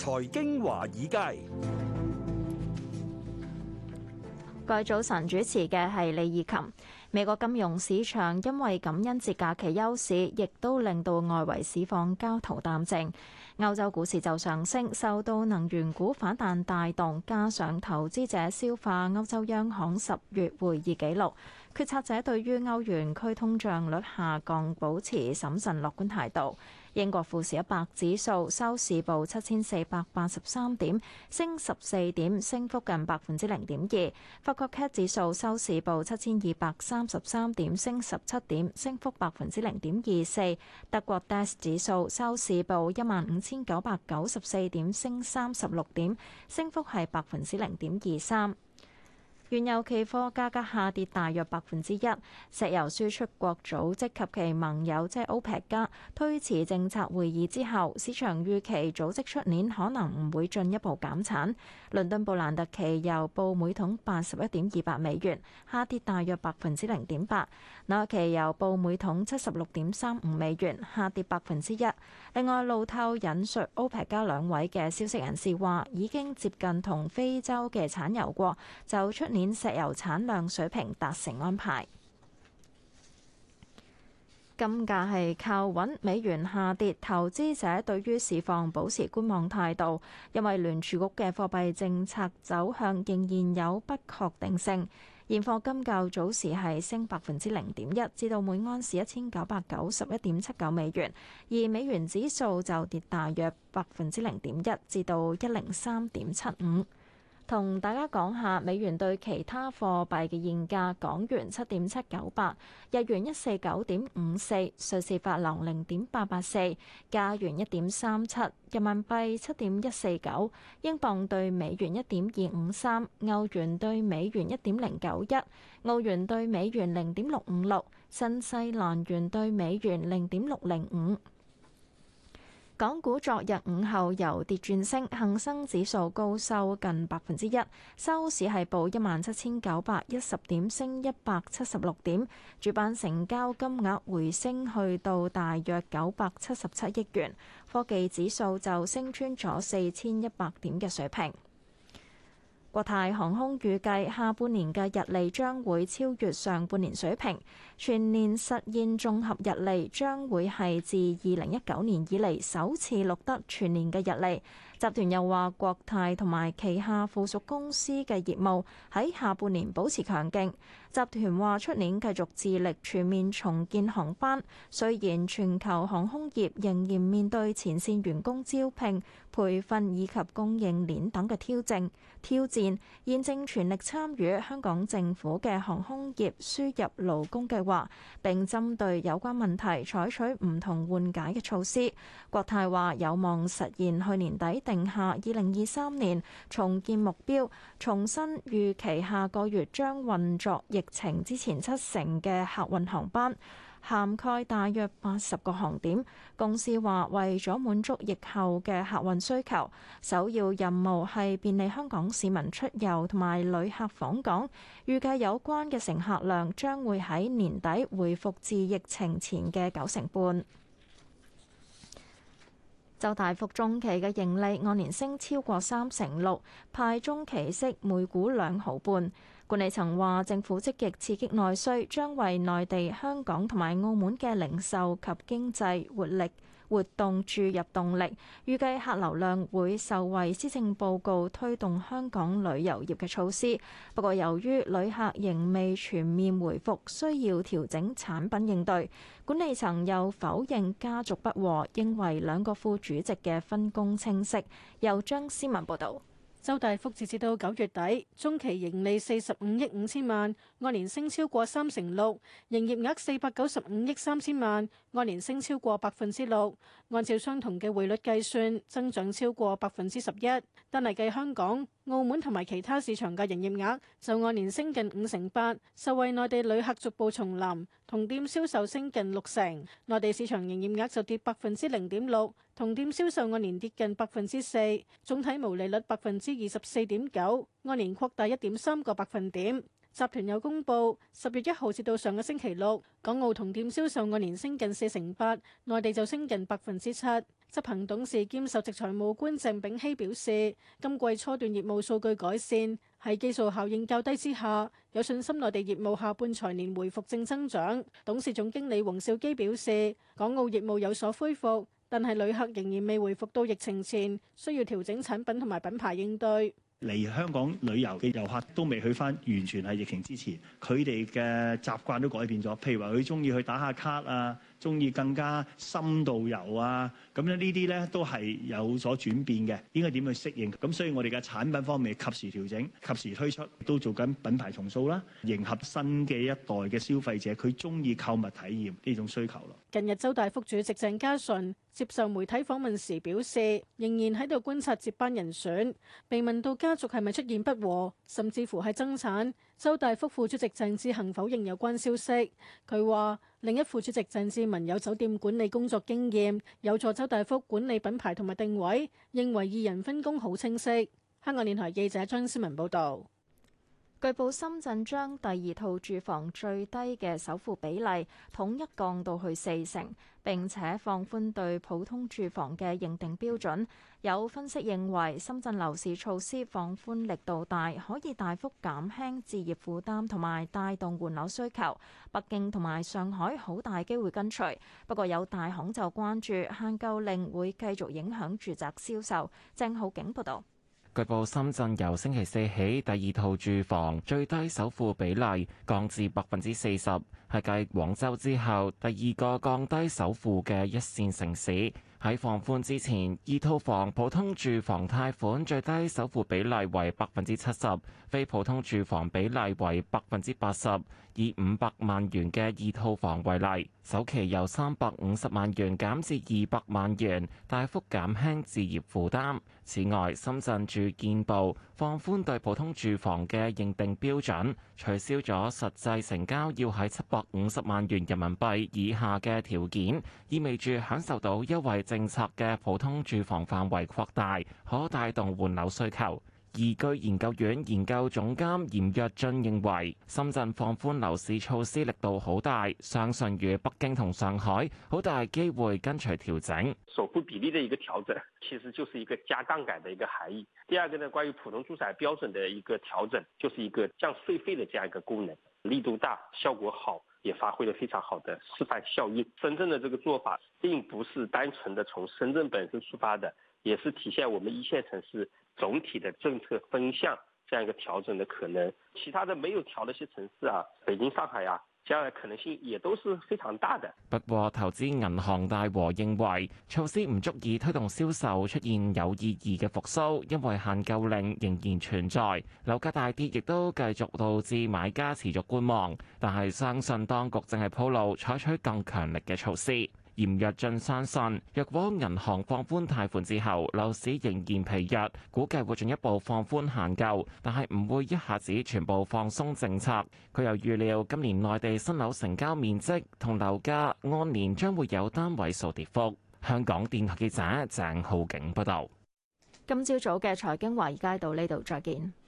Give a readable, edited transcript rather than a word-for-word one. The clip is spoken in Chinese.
財經華爾街。 各位早晨，主持嘅係李義琴。美國金融市場因為感恩節假期休市，亦都令到外圍市況交投淡靜。歐洲股市就上升，受到能源股反彈帶動，加上投資者消化歐洲央行10月會議紀錄，決策者對於歐元區通脹率下降保持審慎樂觀態度。英國富時100指數收市報7483點，升14點，升幅近0.2%。法國 CAC 指數收市報7233點，升17點，升幅0.24%。德國 DAX 指數收市報15994點，升36點，升幅係0.23%。原油期貨價格下跌大約1%，石油輸出國組織及其盟友即係 OPEC 加推遲政策會議之後，市場預期組織出年可能唔會進一步減產。倫敦布蘭特期油報每桶81.28美元，下跌大約0.8%。紐約期油報每桶76.35美元，下跌1%。另外，路透引述 OPEC 加兩位嘅消息人士話，已經接近同非洲嘅產油國就出年石油產量水平達成安排。金價係靠穩，美元下跌，投資者對於市況保持觀望態度，因為聯儲局嘅貨幣政策走向仍然有不確定性。現貨金較早時係升0.1%，至到每安士1991.79美元，而美元指數就跌大約0.1%，至到103.75。同大家講下美元對其他貨幣嘅現價：港元7.798，日元149.54，瑞士法郎0.884，加元1.37，人民幣7.149，英鎊對美元1.253，歐元對美元1.091，澳元對美元0.656，新西蘭元對美元0.605。港股昨日午後由跌轉升，恒生指數高收近1%，收市係報17910點，升176點。主板成交金額回升去到大約977億元，科技指數就升穿咗4100點嘅水平。國泰航空預計下半年嘅溢利將會超越上半年水平，全年實現綜合溢利將會係自2019年以嚟首次錄得全年嘅溢利。集團又話，國泰同埋旗下附屬公司嘅業務喺下半年保持強勁。集團話出年繼續致力全面重建航班，雖然全球航空業仍然面對前線員工招聘、培訓以及供應鏈等嘅挑戰，現正全力參與香港政府嘅航空業輸入勞工計劃，並針對有關問題採取唔同緩解嘅措施。國泰話有望實現去年底定下2023年重建目標，重新預期下個月將運作疫情之前70%嘅客運航班，涵蓋大約80個航點。公司話為咗滿足疫後嘅客運需求，首要任務係便利香港市民出遊同埋旅客訪港。預計有關嘅乘客量將會喺年底回復至疫情前嘅90%。周大福中期嘅盈利按年升超過36%，派中期息每股2毫半。管理層話，政府積極刺激內需，將為內地、香港同埋澳門嘅零售及經濟活動注入動力。預計客流量會受惠施政報告推動香港旅遊業嘅措施。不過，由於旅客仍未全面回復，需要調整產品應對。管理層又否認家族不和，認為兩個副主席嘅分工清晰。由張思文報導。 周大福截至到9月底，中期盈利45億5千萬，按年升超過36%，營業額495億3千萬，按年升超過6%。按照相同嘅匯率計算，增長超過11%。但係計香港、澳門同埋其他市場嘅營業額就按年升近58%，受惠內地旅客逐步重臨，同店銷售升近60%。內地市場營業額就跌0.6%，同店銷售按年跌近4%。總體毛利率24.9%，按年擴大1.3個百分點。 集團又公布10月1號至到上個星期六，港澳同店銷售按年升近48%，內地就升近7%。執行董事兼首席財務官鄭炳希表示，今季初段業務數據改善，喺基數效應較低之下，有信心內地業務下半財年回復正增長。董事總經理黃兆基表示，港澳業務有所恢復，但係旅客仍然未回復到疫情前，需要調整產品同埋品牌應對。 嚟香港旅遊嘅遊客都未去翻完全係疫情之前，佢哋嘅習慣都改變咗。譬如話佢中意去打下卡啊，中意更加深度遊啊，咁咧呢啲咧都係有所轉變嘅。應該點去適應？咁所以我哋嘅產品方面及時調整、及時推出，都做緊品牌重塑啦，迎合新嘅一代嘅消費者，佢中意購物體驗呢種需求咯。 近日周大福主席鄭家純接受媒體訪問時表示，仍然喺度觀察接班人選。被問到家族係咪出現不和，甚至乎係爭產，周大福副主席鄭志恒否認有關消息。佢話另一副主席鄭志文有酒店管理工作經驗，有助周大福管理品牌同埋定位，認為二人分工好清晰。香港電台記者張思文報導。 據報，深圳將第二套住房最低嘅首付比例統一降到去40%，並且放寬對普通住房嘅認定標準。有分析認為，深圳樓市措施放寬力度大，可以大幅減輕置業負擔同埋帶動換樓需求。北京同埋上海好大機會跟隨。不過有大行就關注限購令會繼續影響住宅銷售。鄭浩景報導。 據報，深圳由星期四起，第二套住房最低首付比例降至40%，係繼廣州之後第二個降低首付嘅一線城市。喺放寬之前，二套房普通住房貸款最低首付比例為70%，非普通住房比例為80%。以500萬元嘅二套房為例，首期由350萬元減至200萬元，大幅減輕置業負擔。此外，深圳住建部放寬對普通住房嘅認定標準，取消咗實際成交要喺750萬元人民幣以下嘅條件，意味住享受到優惠政策嘅普通住房範圍擴大，可帶動換樓需求。易居研究院研究總監嚴躍進認為，深圳放寬樓市措施力度好大，相信與北京同上海好大機會跟隨調整。 首付比例的一個調整，其實就是一個加槓桿的一個含義。第二個呢，關於普通住宅標準的一個調整，就是一個降稅費的這樣一個功能，力度大，效果好，也發揮了非常好的示範效應。深圳的這個做法，並不是單純的從深圳本身出發的，也是體現我們一線城市總體的政策分項這樣一個調整的可能。其他的沒有調的一些城市啊，北京、上海啊，將來可能性也都是非常大的。 不過，投資銀行大和認為措施唔足以推動銷售出現有意義嘅復甦，因為限購令仍然存在，樓價大跌亦都繼續導致買家持續觀望。但係相信當局正係鋪路採取更強力嘅措施。嚴躍進相信，若果銀行放寬貸款之後，樓市仍然疲弱，估計會進一步放寬限購，但係唔會一下子全部放鬆政策。佢又預料今年內地新樓成交面積同樓價按年將會有單位數跌幅。香港電台記者鄭浩景報道。 今朝早嘅財經華爾街到呢度再見。